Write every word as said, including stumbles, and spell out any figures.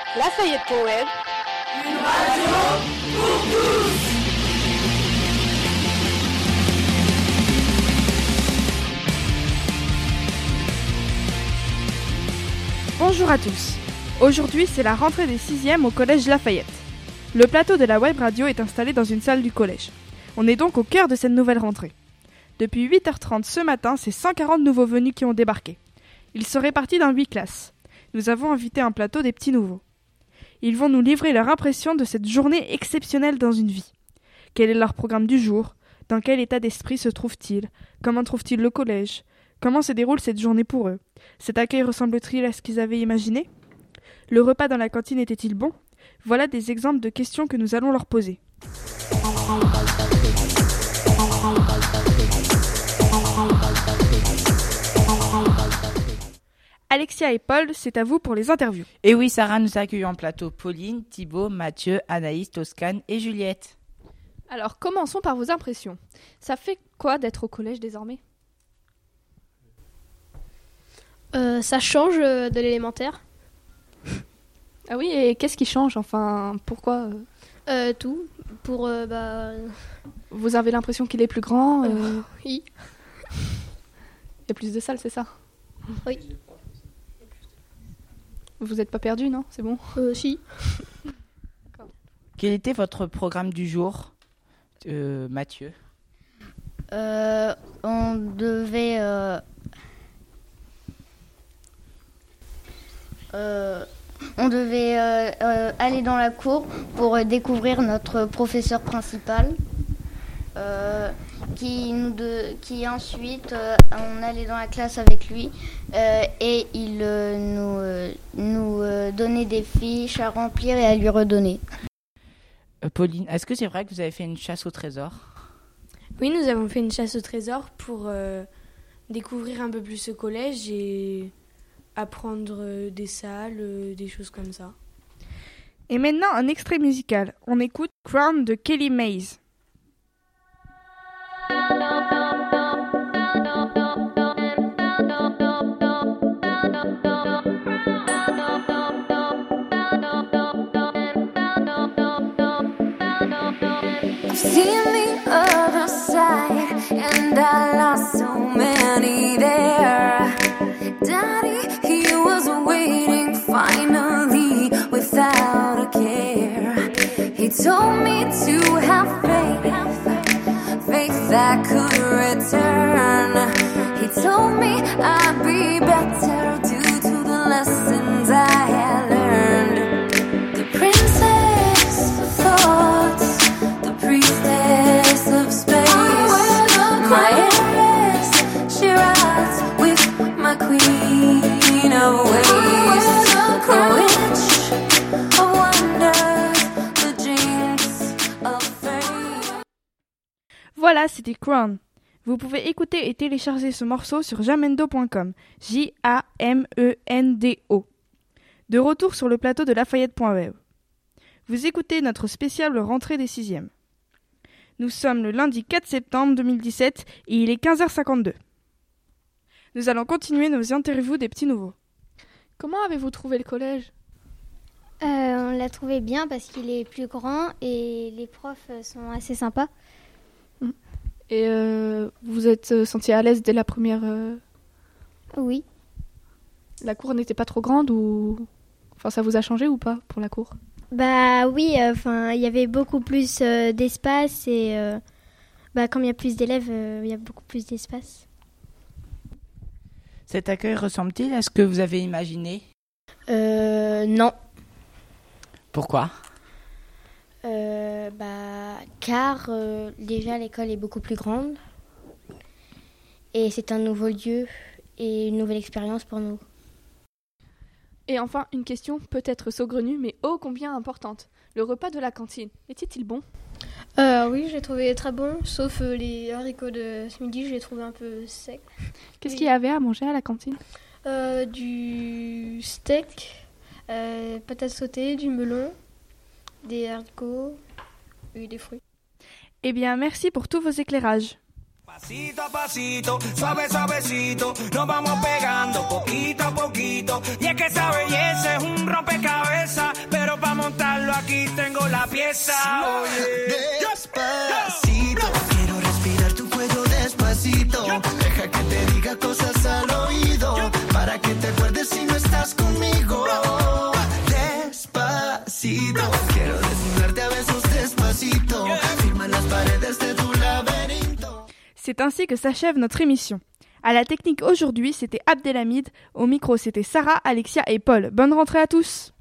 Lafayette point web. Une radio pour tous. Bonjour à tous. Aujourd'hui, c'est la rentrée des sixièmes au collège Lafayette. Le plateau de la web radio est installé dans une salle du collège. On est donc au cœur de cette nouvelle rentrée. Depuis huit heures trente ce matin, c'est cent quarante nouveaux venus qui ont débarqué. Ils sont répartis dans huit classes. Nous avons invité un plateau des petits nouveaux. Ils vont nous livrer leur impression de cette journée exceptionnelle dans une vie. Quel est leur programme du jour? Dans quel état d'esprit se trouvent-ils? Comment trouvent-ils le collège? Comment se déroule cette journée pour eux? Cet accueil ressemble-t-il à ce qu'ils avaient imaginé? Le repas dans la cantine était-il bon? Voilà des exemples de questions que nous allons leur poser. Alexia et Paul, c'est à vous pour les interviews. Et oui, Sarah, nous accueillons en plateau Pauline, Thibaut, Mathieu, Anaïs, Toscane et Juliette. Alors, commençons par vos impressions. Ça fait quoi d'être au collège désormais? euh, Ça change euh, de l'élémentaire. Ah oui, et qu'est-ce qui change? Enfin, pourquoi euh... Euh, tout. Pour, euh, bah... Vous avez l'impression qu'il est plus grand euh... euh, Oui. Il y a plus de salles, c'est ça? Oui. Vous n'êtes pas perdu, non? C'est bon? Euh, si. Quel était votre programme du jour, euh, Mathieu? euh, On devait... Euh, euh, on devait euh, euh, aller dans la cour pour euh, découvrir notre professeur principal. Euh, qui, nous de, qui ensuite, euh, on allait dans la classe avec lui euh, et il euh, nous, euh, nous euh, donnait des fiches à remplir et à lui redonner. Euh, Pauline, est-ce que c'est vrai que vous avez fait une chasse au trésor? Oui, nous avons fait une chasse au trésor pour euh, découvrir un peu plus ce collège et apprendre euh, des salles, euh, des choses comme ça. Et maintenant, un extrait musical. On écoute Crown de Kelly Mays. I've seen the other side, and I lost so many there. Daddy, he was waiting finally without a care. He told me to have faith, faith that could return. He told me I'd be better due to the lessons I had learned. The princess of thoughts, the priestess of space, my heiress, she rides with my queen of ways. The witch of wonders, the jinx of fate. Voilà, c'était Crown. Vous pouvez écouter et télécharger ce morceau sur jamendo point com, J A M E N D O. De retour sur le plateau de Lafayette point web. Vous écoutez notre spéciale rentrée des sixièmes. Nous sommes le lundi quatre septembre deux mille dix-sept et il est quinze heures cinquante-deux. Nous allons continuer nos interviews des petits nouveaux. Comment avez-vous trouvé le collège? Euh, on l'a trouvé bien parce qu'il est plus grand et les profs sont assez sympas. Et euh, vous êtes senti à l'aise dès la première... Euh... Oui. La cour n'était pas trop grande ou... Enfin, ça vous a changé ou pas pour la cour? Bah oui, enfin, euh, il y avait beaucoup plus euh, d'espace et euh, bah, comme il y a plus d'élèves, euh, il y a beaucoup plus d'espace. Cet accueil ressemble-t-il à ce que vous avez imaginé? Euh, non. Pourquoi? Euh, bah, car euh, déjà l'école est beaucoup plus grande et c'est un nouveau lieu et une nouvelle expérience pour nous. Et enfin, une question peut-être saugrenue, mais ô combien importante. Le repas de la cantine, était-il bon? euh, Oui, j'ai trouvé très bon, sauf euh, les haricots de ce midi, je les trouvais un peu secs. Qu'est-ce qu'il y avait à manger à la cantine? euh, Du steak, euh, patates sautées, du melon, des haricots et des fruits. Eh bien, merci pour tous vos éclairages. Pasito a pasito, suave suavecito, nos vamos pegando poquito a poquito. Y es que esa belleza es un rompecabezas, moviendo la pieza. Oye. Despacito, quiero respirar tu cuello despacito. Deja que te diga cosas al oído, para que te acuerdes si no estás conmigo. Despacito, quiero desnudarte a besos despacito. Firma las paredes de tu laberinto. C'est ainsi que s'achève notre émission. À la technique aujourd'hui, c'était Abdelhamid. Au micro, c'était Sarah, Alexia et Paul. Bonne rentrée à tous!